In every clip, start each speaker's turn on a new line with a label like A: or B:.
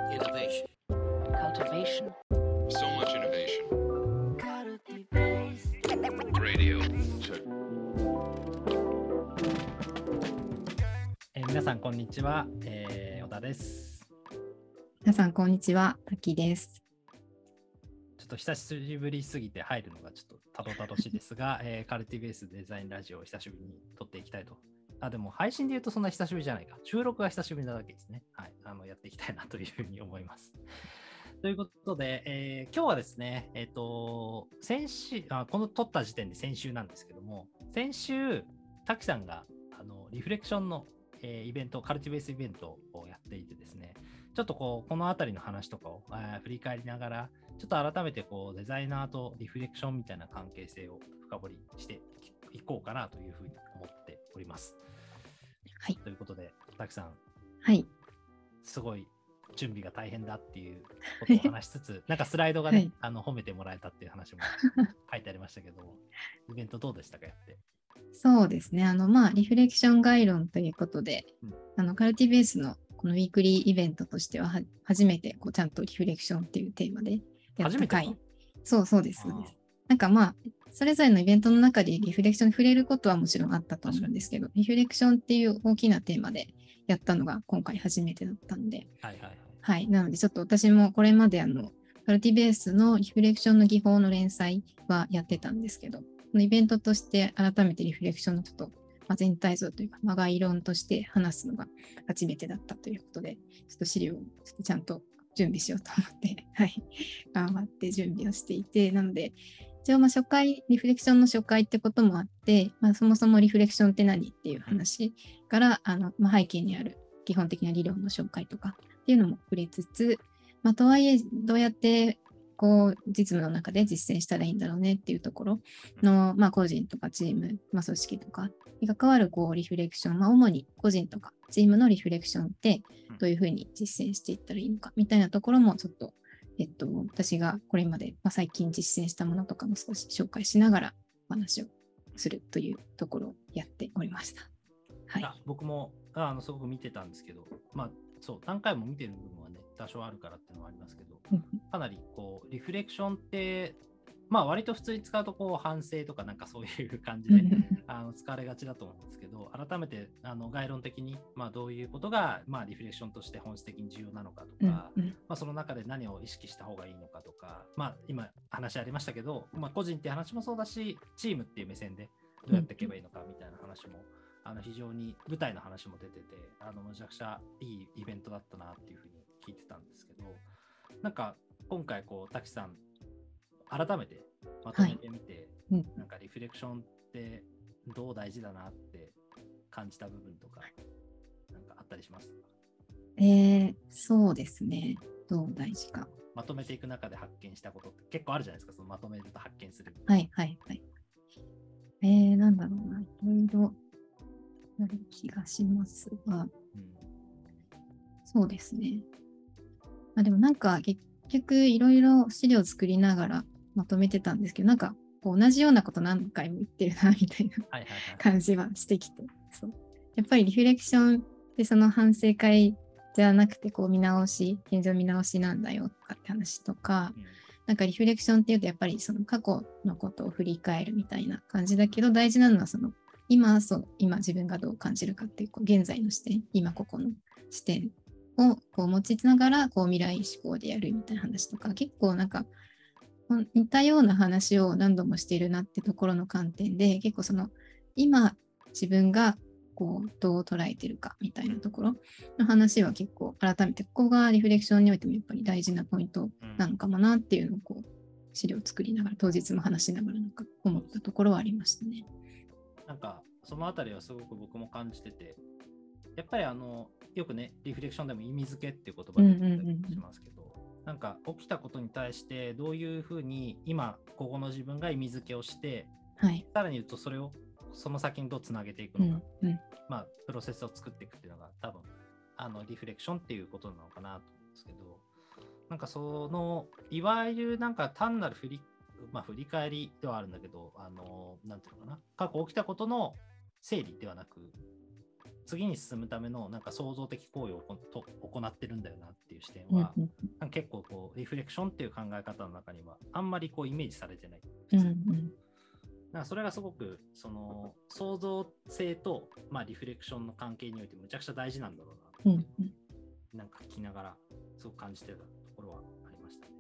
A: Innovation.
B: Cultivation.
C: So much innovation. Radio. Check.
A: 皆さんこんにちは、小田です。
D: 皆さんこんにちは、滝です。
A: ちょっと久しぶりすぎて入るのがちょっとたどたどしいですが、カルティベースデザインラジオを久しぶりに撮っていきたいと。でも配信で言うとそんな久しぶりじゃないか。収録が久しぶりなだけですね。はい。やっていきたいなというふうに思います。ということで、今日はですね、先週この撮った時点で先週なんですけども、先週、滝さんがリフレクションの、イベント、カルティベースイベントをやっていてですね、ちょっとこのあたりの話とかを、振り返りながら、ちょっと改めてデザイナーとリフレクションみたいな関係性を深掘りしていこうかなというふうに思っております。
D: はい。
A: ということで、滝さん、
D: はい。
A: すごい準備が大変だっていうことを話しつつ、なんかスライドがね、
D: はい、
A: 褒めてもらえたっていう話も書いてありましたけど、イベントどうでしたか、やって。
D: そうですね。リフレクション概論ということで、カルティベースのこのウィークリーイベントとしては初めてちゃんとリフレクションっていうテーマでやった回。そうです。なんかそれぞれのイベントの中でリフレクションに触れることはもちろんあったと思うんですけど、リフレクションっていう大きなテーマでやったのが今回初めてだったので、はい。なのでちょっと私もこれまでカルティベースのリフレクションの技法の連載はやってたんですけど、このイベントとして改めてリフレクションのちょっと全体像というか概論として話すのが初めてだったということで、ちょっと資料をちゃんと準備しようと思って、はい、頑張って準備をしていて、なので、一応初回、リフレクションの初回ってこともあって、そもそもリフレクションって何っていう話から背景にある基本的な理論の紹介とかっていうのも触れつつ、とはいえどうやって実務の中で実践したらいいんだろうねっていうところの、個人とかチーム、組織とかに関わるリフレクション、主に個人とかチームのリフレクションってどういうふうに実践していったらいいのかみたいなところもちょっと、私がこれまで、最近実践したものとかも少し紹介しながらお話をするというところをやっておりました。はい、
A: 僕もすごく見てたんですけど、そう何回も見てる部分はね多少あるからっていうのはありますけど、かなりリフレクションって割と普通に使うと反省とかなんかそういう感じで使われがちだと思うんですけど、改めて概論的にどういうことがリフレクションとして本質的に重要なのかとか、その中で何を意識した方がいいのかとか、今話ありましたけど、個人っていう話もそうだし、チームっていう目線でどうやっていけばいいのかみたいな話も非常に舞台の話も出てて、めちゃくちゃいいイベントだったなっていうふうに聞いてたんですけど、なんか今回滝さん改めてまとめてみて、なんかリフレクションってどう大事だなって感じた部分とかなんかあったりしますか？
D: そうですね。どう大事か。
A: まとめていく中で発見したことって結構あるじゃないですか。そのまとめると発見する。
D: なんだろうな。いろいろある気がしますが、そうですね。でもなんか結局いろいろ資料を作りながらまとめてたんですけど、なんか同じようなこと何回も言ってるなみたいな感じはしてきて、やっぱりリフレクションってその反省会じゃなくて見直し、現状見直しなんだよとかって話とか、なんかリフレクションっていうとやっぱりその過去のことを振り返るみたいな感じだけど、大事なのは今自分がどう感じるかっていう現在の視点、今ここの視点を持ちながら未来志向でやるみたいな話とか、結構なんか似たような話を何度もしているなってところの観点で、結構今自分がどう捉えてるかみたいなところの話は結構改めてここがリフレクションにおいてもやっぱり大事なポイントなのかもなっていうのを資料を作りながら当日も話しながらなんか思ったところはありましたね。
A: なんかそのあたりはすごく僕も感じてて、やっぱりよくねリフレクションでも意味付けっていう言葉で言ったりしますけど、なんか起きたことに対してどういうふうに今ここの自分が意味付けをして、さらに言うとそれをその先にどうつなげていくのか、プロセスを作っていくっていうのが多分リフレクションっていうことなのかなと思うんですけど、なんかいわゆるなんか単なる振り返りではあるんだけど、なんていうのかな、過去起きたことの整理ではなく、次に進むためのなんか創造的行為を行ってるんだよなっていういう視点は、結構こうリフレクションっていう考え方の中にはあんまりこうイメージされてない。なんかそれがすごくその創造性と、まあ、リフレクションの関係においてむちゃくちゃ大事なんだろうなって、なんか聞きながらすごく感じてたところはありましたね。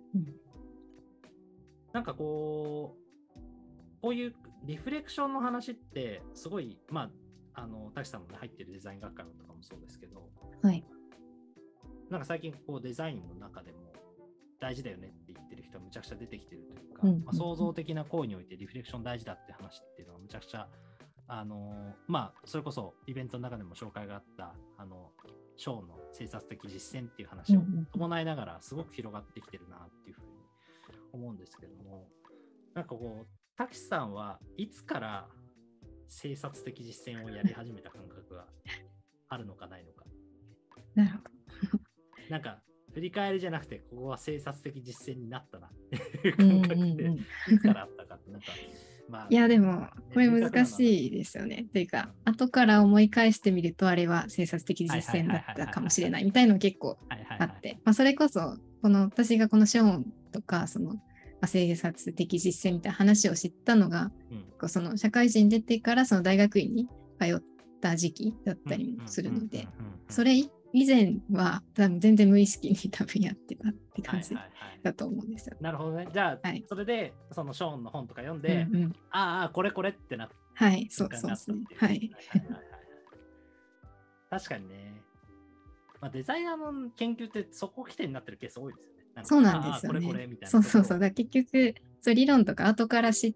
A: なんかこういうリフレクションの話ってすごい、まあ滝さんも、ね、入ってるデザイン学科のとかもそうですけど、
D: はい、
A: なんか最近こうデザインの中でも大事だよねって言ってる人はむちゃくちゃ出てきてるというか、まあ、創造的な行為においてリフレクション大事だって話っていうのはむちゃくちゃまあそれこそイベントの中でも紹介があったショーの生産的実践っていう話を伴いながらすごく広がってきてるなっていうふうに思うんですけども、なんかこう滝さんはいつから生産的実践をやり始めた感覚があるのかないのか。
D: なるほど。
A: なんか振り返りじゃなくてここは生産的実践になったなっていう感覚でいつからあったかってなんか、まあ、
D: いやでもこれ難しいですよね。というか後から思い返してみるとあれは生産的実践だったかもしれないみたいなの結構あって、それこそ私がこのショーンとか生産的実践みたいな話を知ったのが、その社会人出てからその大学院に通った時期だったりもするので、それ以前は多分全然無意識に多分やってたって感じだと思うんですよ。
A: なるほどね。じゃあ、それでそのショーンの本とか読んで、ああこれってなって、
D: はい、そうですね。はい。
A: 確かにね。まあ、デザイナーの研究ってそこ起点になってるケース多いですよね。
D: そうなんですよね。
A: これみたいな。
D: そう。だ結局理論とか後から知って、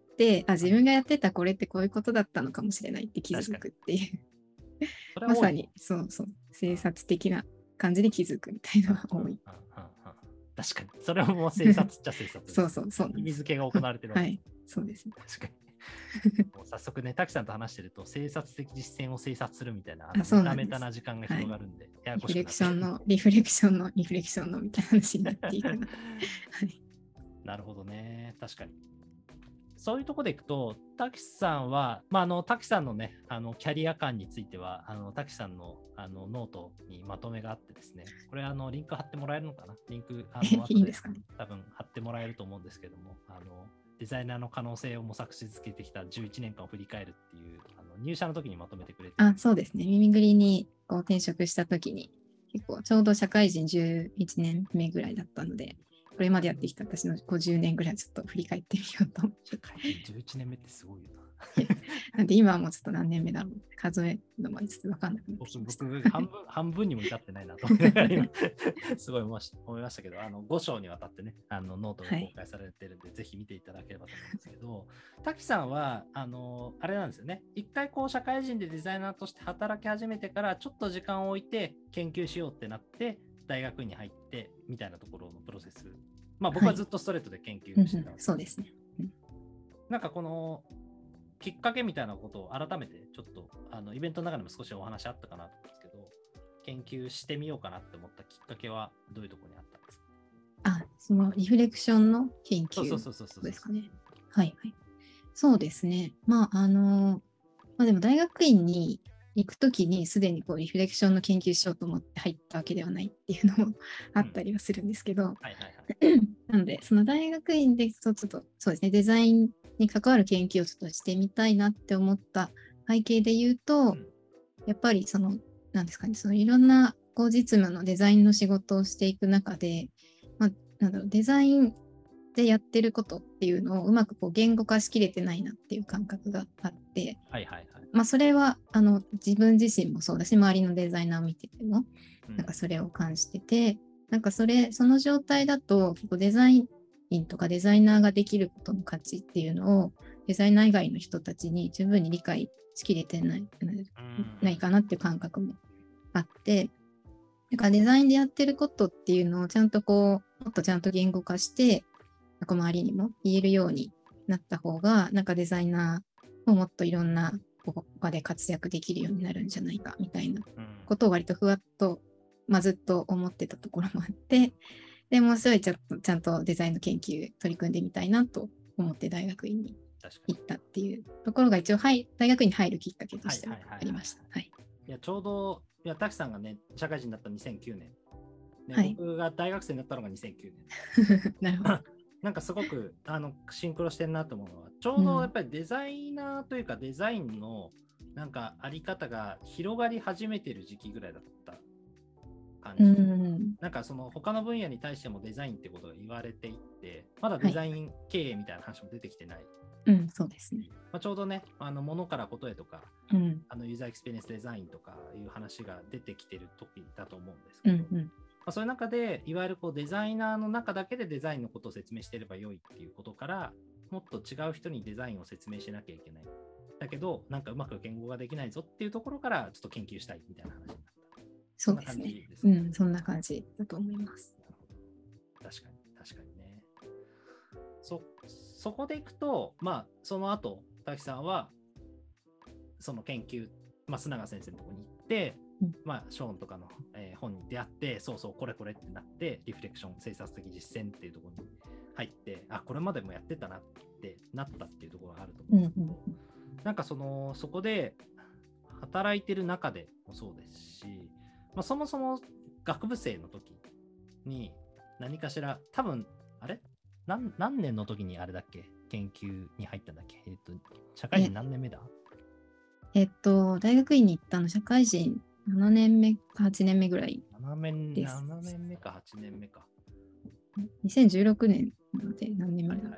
D: 自分がやってたこれってこういうことだったのかもしれないって気づくっていう。まさにそう生産的な感じで気づくみたいなのが多い。
A: 確かにそれはもう生産っちゃ生産。
D: そう。
A: 意味付けが行われてるわけ。
D: はい、そうですね。
A: 確かに。もう早速ね、滝さんと話してると生産的実践を生産するみたいなメタな時間が広がるんで、
D: リフレクションのみたいな話になっていくので、はい。
A: なるほどね、確かに。そういうところでいくと、滝さんは、滝さんのね、キャリア感については、滝さんのノートにまとめがあってですね、これリンク貼ってもらえるのかな？リンク
D: いいですかね。
A: 多分貼ってもらえると思うんですけども、デザイナーの可能性を模索し続けてきた11年間を振り返るっていう入社の時にまとめてくれて。
D: そうですね。耳ぐりに転職した時に、結構ちょうど社会人11年目ぐらいだったので、これまでやってきた私の50年ぐらいちょっと振り返ってみようと思って。
A: 社会人11年目ってすごいよな。
D: なんで今はもうちょっと何年目だろうって数えるのもちょっと分かんなくなってきました。
A: 僕半分にも至ってないなと思ってすごい思いましたけど、5章にわたってね、ノートが公開されてるんで、ぜひ見ていただければと思うんですけど、滝さんは、あれなんですよね、一回社会人でデザイナーとして働き始めてから、ちょっと時間を置いて研究しようってなって、大学に入ってみたいなところのプロセス。僕はずっとストレートで研究してたんです、
D: そうですね。
A: なんかこのきっかけみたいなことを改めてちょっとイベントの中でも少しお話あったかなと思うんですけど、研究してみようかなって思ったきっかけはどういうところにあったんですか？
D: そのリフレクションの研究ですかね。はい。そうですね。でも大学院に行くときにすでにリフレクションの研究しようと思って入ったわけではないっていうのもあったりはするんですけど、なのでその大学院でちょっとそうですね、デザインに関わる研究をちょっとしてみたいなって思った背景で言うと、やっぱりなんですかね、いろんな実務のデザインの仕事をしていく中で、デザインでやってることっていうのをうまく言語化しきれてないなっていう感覚があって、それは自分自身もそうだし、周りのデザイナーを見ててもなんかそれを感じてて、なんかその状態だと結構デザインとかデザイナーができることの価値っていうのをデザイナー以外の人たちに十分に理解しきれてないかなっていう感覚もあって、だからデザインでやってることっていうのをちゃんともっとちゃんと言語化して周りにも言えるようになった方が、なんかデザイナーももっといろんな場で活躍できるようになるんじゃないかみたいなことを割とふわっと、ずっと思ってたところもあって、でもすごいちゃんとデザインの研究取り組んでみたいなと思って大学院に行ったっていうところが一応大学院に入るきっかけとしてありました。
A: いやちょうど滝さんがね社会人だった2009年ね、
D: はい、
A: 僕が大学生になったのが2009年。
D: なるほど。
A: なんかすごくシンクロしてるなと思うのは、ちょうどやっぱりデザイナーというかデザインのなんかあり方が広がり始めてる時期ぐらいだった感じ。なんかその他の分野に対してもデザインってことが言われていって、まだデザイン経営みたいな話も出てきてない。
D: そうですね。
A: ちょうどね、物からことへとか、ユーザーエクスペリエンスデザインとかいう話が出てきてる時だと思うんですけど、そういう中で、いわゆるこうデザイナーの中だけでデザインのことを説明してればよいっていうことから、もっと違う人にデザインを説明しなきゃいけない。だけど、なんかうまく言語ができないぞっていうところから、ちょっと研究したいみたいな話になった。
D: そうですね。そんな感じだと思います。
A: 確かにね。そこでいくと、その後、滝さんは、その研究、須永先生のところに行って、ショーンとかの、本に出会って、そうこれってなって、リフレクション、政策的実践っていうところに入って、これまでもやってたなってなったっていうところがあると思うんですけど、なんかそこで働いてる中でもそうですし、そもそも学部生の時に何かしら、多分、何年の時にあれだっけ、研究に入ったんだっけ、社会人何年目だ？
D: 大学院に行ったの社会人7年目か8年目ぐらいです。
A: 7年目か8年目か。
D: 2016年なので何年前だろ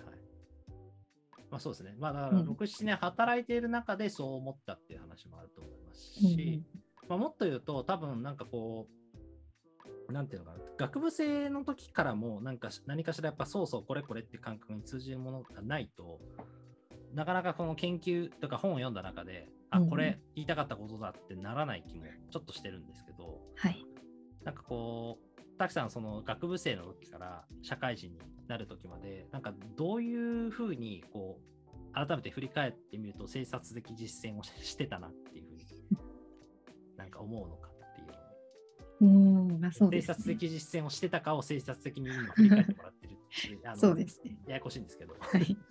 A: う。そうですね。だから6、7年働いている中でそう思ったっていう話もあると思いますし、もっと言うと多分なんかこう、なんていうのかな、学部生の時からも何かしらやっぱこれって感覚に通じるものがないと、なかなかこの研究とか本を読んだ中で、これ言いたかったことだってならない気もちょっとしてるんですけど、なんかこう、滝さんその学部生の時から社会人になる時まで、なんかどういうふうにこう改めて振り返ってみると生殺的実践をしてたなっていうふうになんか思うのかっていうのを、
D: そうですね、
A: 生殺的実践をしてたかを生殺的に今振り返ってもらってる
D: そうですね、
A: ややこしいんですけど、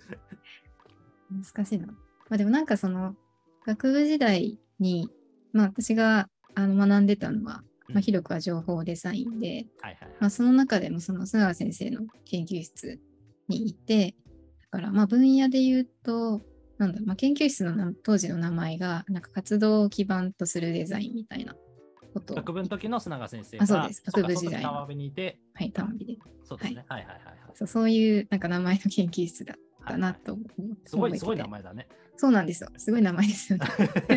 D: 難しいな。でもなんかその学部時代に、私が学んでたのは、広くは情報デザインで、その中でもその須川先生の研究室にいて、だから分野で言うと、研究室の当時の名前がなんか活動を基盤とするデザインみたいなことを。
A: 学部の時の須永先生が、
D: そうです、学部時代の。
A: 川辺にいて、
D: たまびで。
A: そうですね。
D: そういうなんか名前の研究室だったなと思って。
A: すごい名前だね。
D: そうなんですよ。すごい名前ですよね。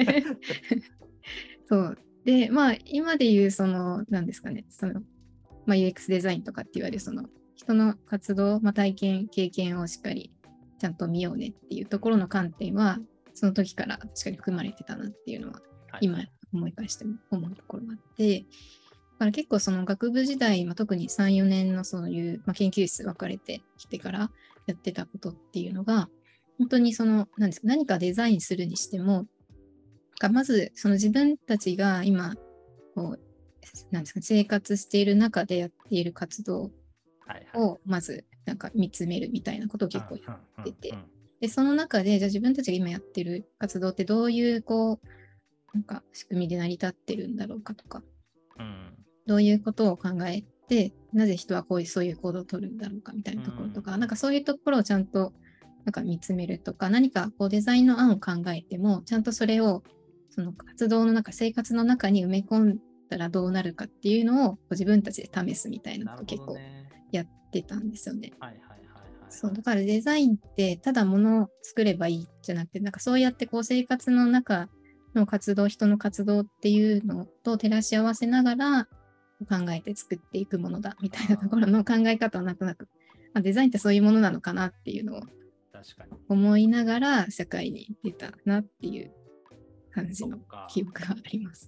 D: そう。で、今で言う、なんですかね、UX デザインとかって言われる、人の活動、体験、経験をしっかりちゃんと見ようねっていうところの観点は、その時から確かに含まれてたなっていうのは、今思い返しても思うところがあって、だから結構その学部時代、特に3、4年のそういう、研究室分かれてきてからやってたことっていうのが、本当に何かデザインするにしても、まずその自分たちが今こう生活している中でやっている活動をまずなんか見つめるみたいなことを結構やってて、でその中でじゃあ自分たちが今やってる活動ってどういうなんか仕組みで成り立ってるんだろうかとか、どういうことを考えてなぜ人はそういう行動を取るんだろうかみたいなところとか、なんかそういうところをちゃんとなんか見つめるとか、何かデザインの案を考えてもちゃんとそれをその活動の中、生活の中に埋め込んだらどうなるかっていうのを自分たちで試すみたいなことを結構やってたんですよね。そうだからデザインってただ物を作ればいいじゃなくて、なんかそうやって生活の中の活動、人の活動っていうのと照らし合わせながら考えて作っていくものだみたいなところの考え方をなんとなく、デザインってそういうものなのかなっていうのを思いながら社会に出たなっていう感じの記憶があります。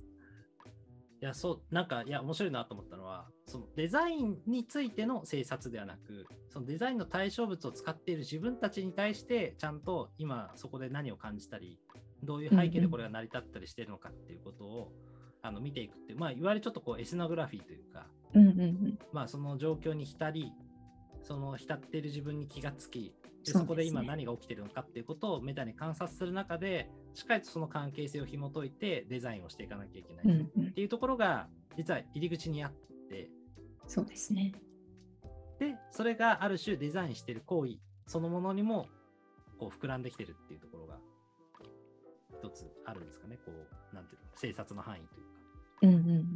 A: 面白いなと思ったのは、そのデザインについての制作ではなく、そのデザインの対象物を使っている自分たちに対してちゃんと今そこで何を感じたり、どういう背景でこれが成り立ったりしているのかっていうことを、見ていくっていう、いわゆるちょっとエスノグラフィーというか、その状況に浸っている自分に気がつき、そこで今何が起きているのかっていうことをメタに観察する中で、しっかりとその関係性を紐解いてデザインをしていかなきゃいけないっていうところが実は入り口にあって、
D: そうですね。
A: で、それがある種デザインしている行為そのものにもこう膨らんできてるっていうところが一つあるんですかね。こうなんていうの、政策の範囲というか。
D: うんうん。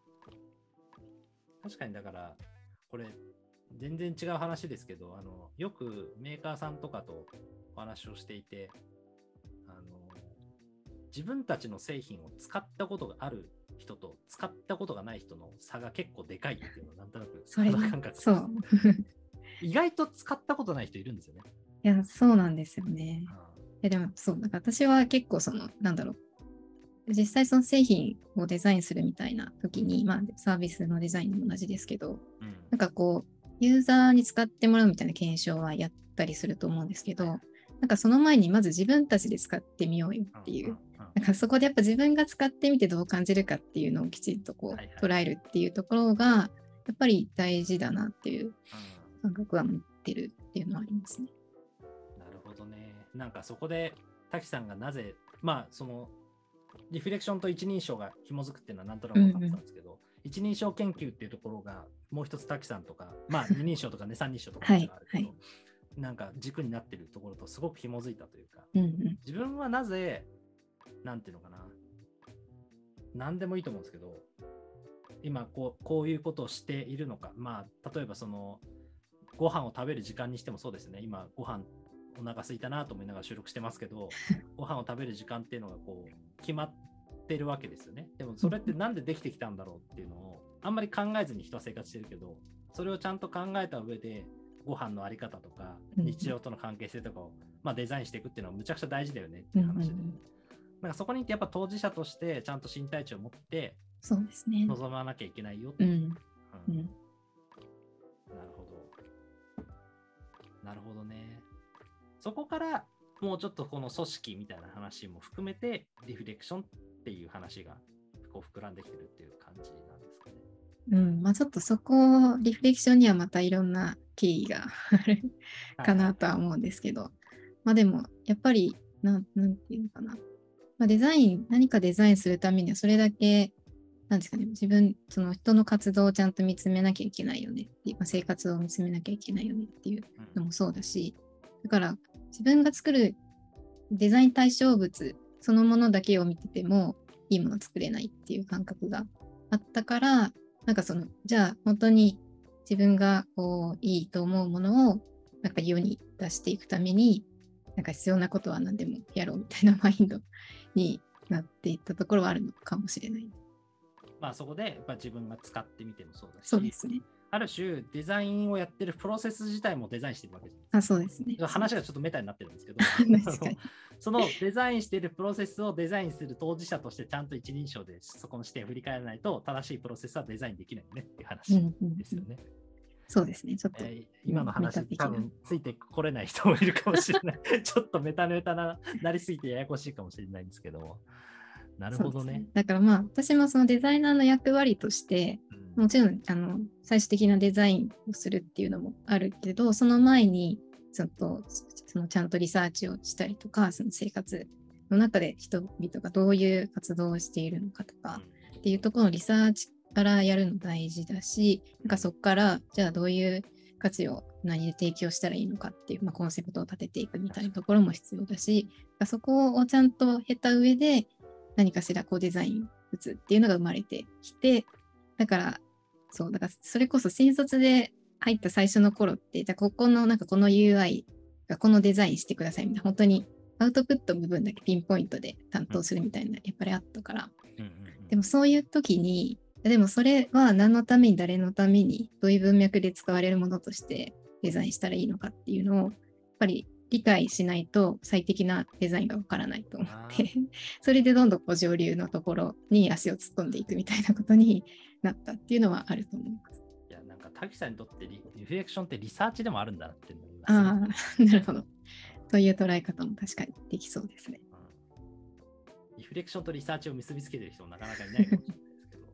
A: 確かにだからこれ全然違う話ですけど、よくメーカーさんとかとお話をしていて、自分たちの製品を使ったことがある人と使ったことがない人の差が結構でかいっていうのはなんとなく肌感覚。
D: そう。
A: 意外と使ったことない人いるんですよね。
D: いや、そうなんですよね。でもそう、だから私は結構なんだろう、実際その製品をデザインするみたいな時に、まあサービスのデザインも同じですけど、なんかこう、ユーザーに使ってもらうみたいな検証はやったりすると思うんですけど、なんかその前にまず自分たちで使ってみようよっていう、なんかそこでやっぱ自分が使ってみてどう感じるかっていうのをきちんとこう捉えるっていうところがやっぱり大事だなっていう感覚は持ってるっていうのはありますね。
A: なるほどね。なんかそこで滝さんがなぜ、まあそのリフレクションと一人称が紐づくっていうのはなんとなく分かったんですけど、一人称研究っていうところがもう一つ滝さんとか、まあ二人称とかね三人称とかもあるけど、なんか軸になってるところとすごく紐づいたというか、自分はなぜなんていうのかな、何でもいいと思うんですけど、今こういうことをしているのか、まあ例えばそのご飯を食べる時間にしてもそうですね。今ご飯お腹空いたなと思いながら収録してますけど、ご飯を食べる時間っていうのがこう決まってるわけですよね。でもそれってなんでできてきたんだろうっていうのをあんまり考えずに人は生活してるけど、それをちゃんと考えた上でご飯のあり方とか日常との関係性とかを、まあ、デザインしていくっていうのはむちゃくちゃ大事だよねっていう話で、なんかそこにやっぱ当事者としてちゃんと身体値を持って臨まなきゃいけないよっていう。なるほど。なるほどね。そこからもうちょっとこの組織みたいな話も含めてリフレクションっていう話がこう膨らんできてるっていう感じなんですかね。
D: まあちょっとそこリフレクションにはまたいろんな経緯があるかなとは思うんですけど、まあでもやっぱりなんていうのかな、まあ、何かデザインするためにはそれだけなんですかね、その人の活動をちゃんと見つめなきゃいけないよねっていう、まあ、生活を見つめなきゃいけないよねっていうのもそうだし、だから自分が作るデザイン対象物そのものだけを見ててもいいもの作れないっていう感覚があったから、なんかじゃあ本当に自分がこういいと思うものをなんか世に出していくために、なんか必要なことは何でもやろうみたいなマインドになっていったところはあるのかもしれない。
A: まあそこでやっぱ自分が使ってみてもそうだし、
D: そうですね。
A: ある種デザインをやってるプロセス自体もデザインしてるわけです。
D: あ、そうですね。
A: 話がちょっとメタになってるんですけどそのデザインしているプロセスをデザインする当事者としてちゃんと一人称でそこの視点を振り返らないと正しいプロセスはデザインできないよねっていう話ですよね。
D: そうですね。ちょっと、
A: 今の話多分ついてこれない人もいるかもしれないちょっとメタなりすぎてややこしいかもしれないんですけども。なるほどね。
D: だからまあ私もそのデザイナーの役割として、もちろん最終的なデザインをするっていうのもあるけど、その前にちゃんとリサーチをしたりとか、その生活の中で人々がどういう活動をしているのかとかっていうところのリサーチからやるの大事だし、なんかそこからじゃあどういう価値を何で提供したらいいのかっていう、まあ、コンセプトを立てていくみたいなところも必要だし、そこをちゃんと経た上で何かしらこうデザイン物っていうのが生まれてきて、だからそれこそ新卒で入った最初の頃って、じゃあこの UI がこのデザインしてくださいみたいな、本当にアウトプット部分だけピンポイントで担当するみたいなやっぱりあったから、でもそういう時にでもそれは何のために誰のためにどういう文脈で使われるものとしてデザインしたらいいのかっていうのをやっぱり理解しないと最適なデザインがわからないと思ってそれでどんどん上流のところに足を突っ込んでいくみたいなことになったっていうのはあると思います。
A: いや、なんか滝さんにとってリフレクションってリサーチでもあるんだなって思い
D: ます、ね。なるほど。そういう捉え方も確かにできそうですね。
A: リフレクションとリサーチを結びつけてる人もなかなかいないかもしれないですけど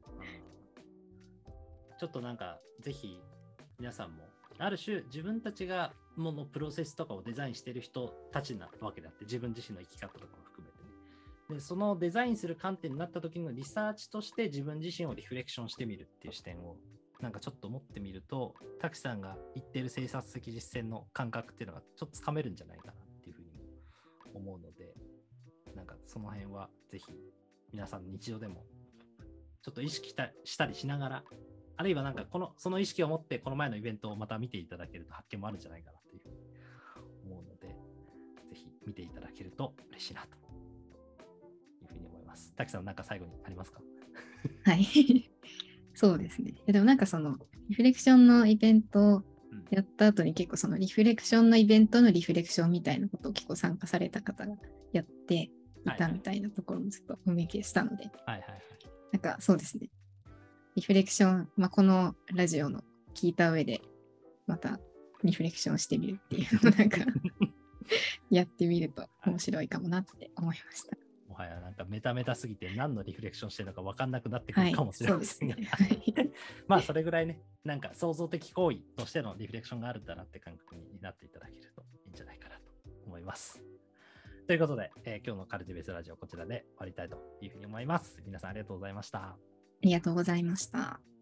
A: ちょっとなんかぜひ皆さんもある種自分たちがものプロセスとかをデザインしている人たちなわけであって、自分自身の生き方とかも含めてね。でそのデザインする観点になった時のリサーチとして自分自身をリフレクションしてみるっていう視点をなんかちょっと持ってみると、滝さんが言ってる生産的実践の感覚っていうのがちょっとつかめるんじゃないかなっていうふうに思うので、なんかその辺はぜひ皆さんの日常でもちょっと意識したりしながら、あるいはなんかその意識を持ってこの前のイベントをまた見ていただけると発見もあるんじゃないかなというふうに思うので、ぜひ見ていただけると嬉しいなというふうに思います。滝さん、なんか最後にありますか？
D: はい。そうですね。でもなんかそのリフレクションのイベントをやった後に結構そのリフレクションのイベントのリフレクションみたいなことを結構参加された方がやっていたみたいなところもちょっとお見受けしたので、なんかそうですね。リフレクション、このラジオの聞いた上でまたリフレクションしてみるっていうのをなんかやってみると面白いかもなって思いました。
A: もはやなんかメタメタすぎて何のリフレクションしてるのか分かんなくなってくるかもしれませんが、まあそれぐらいね、なんか創造的行為としてのリフレクションがあるんだなって感覚になっていただけるといいんじゃないかなと思います。ということで、今日のカルティベースラジオこちらで終わりたいというふうに思います。皆さんありがとうございました。
D: ありがとうございました。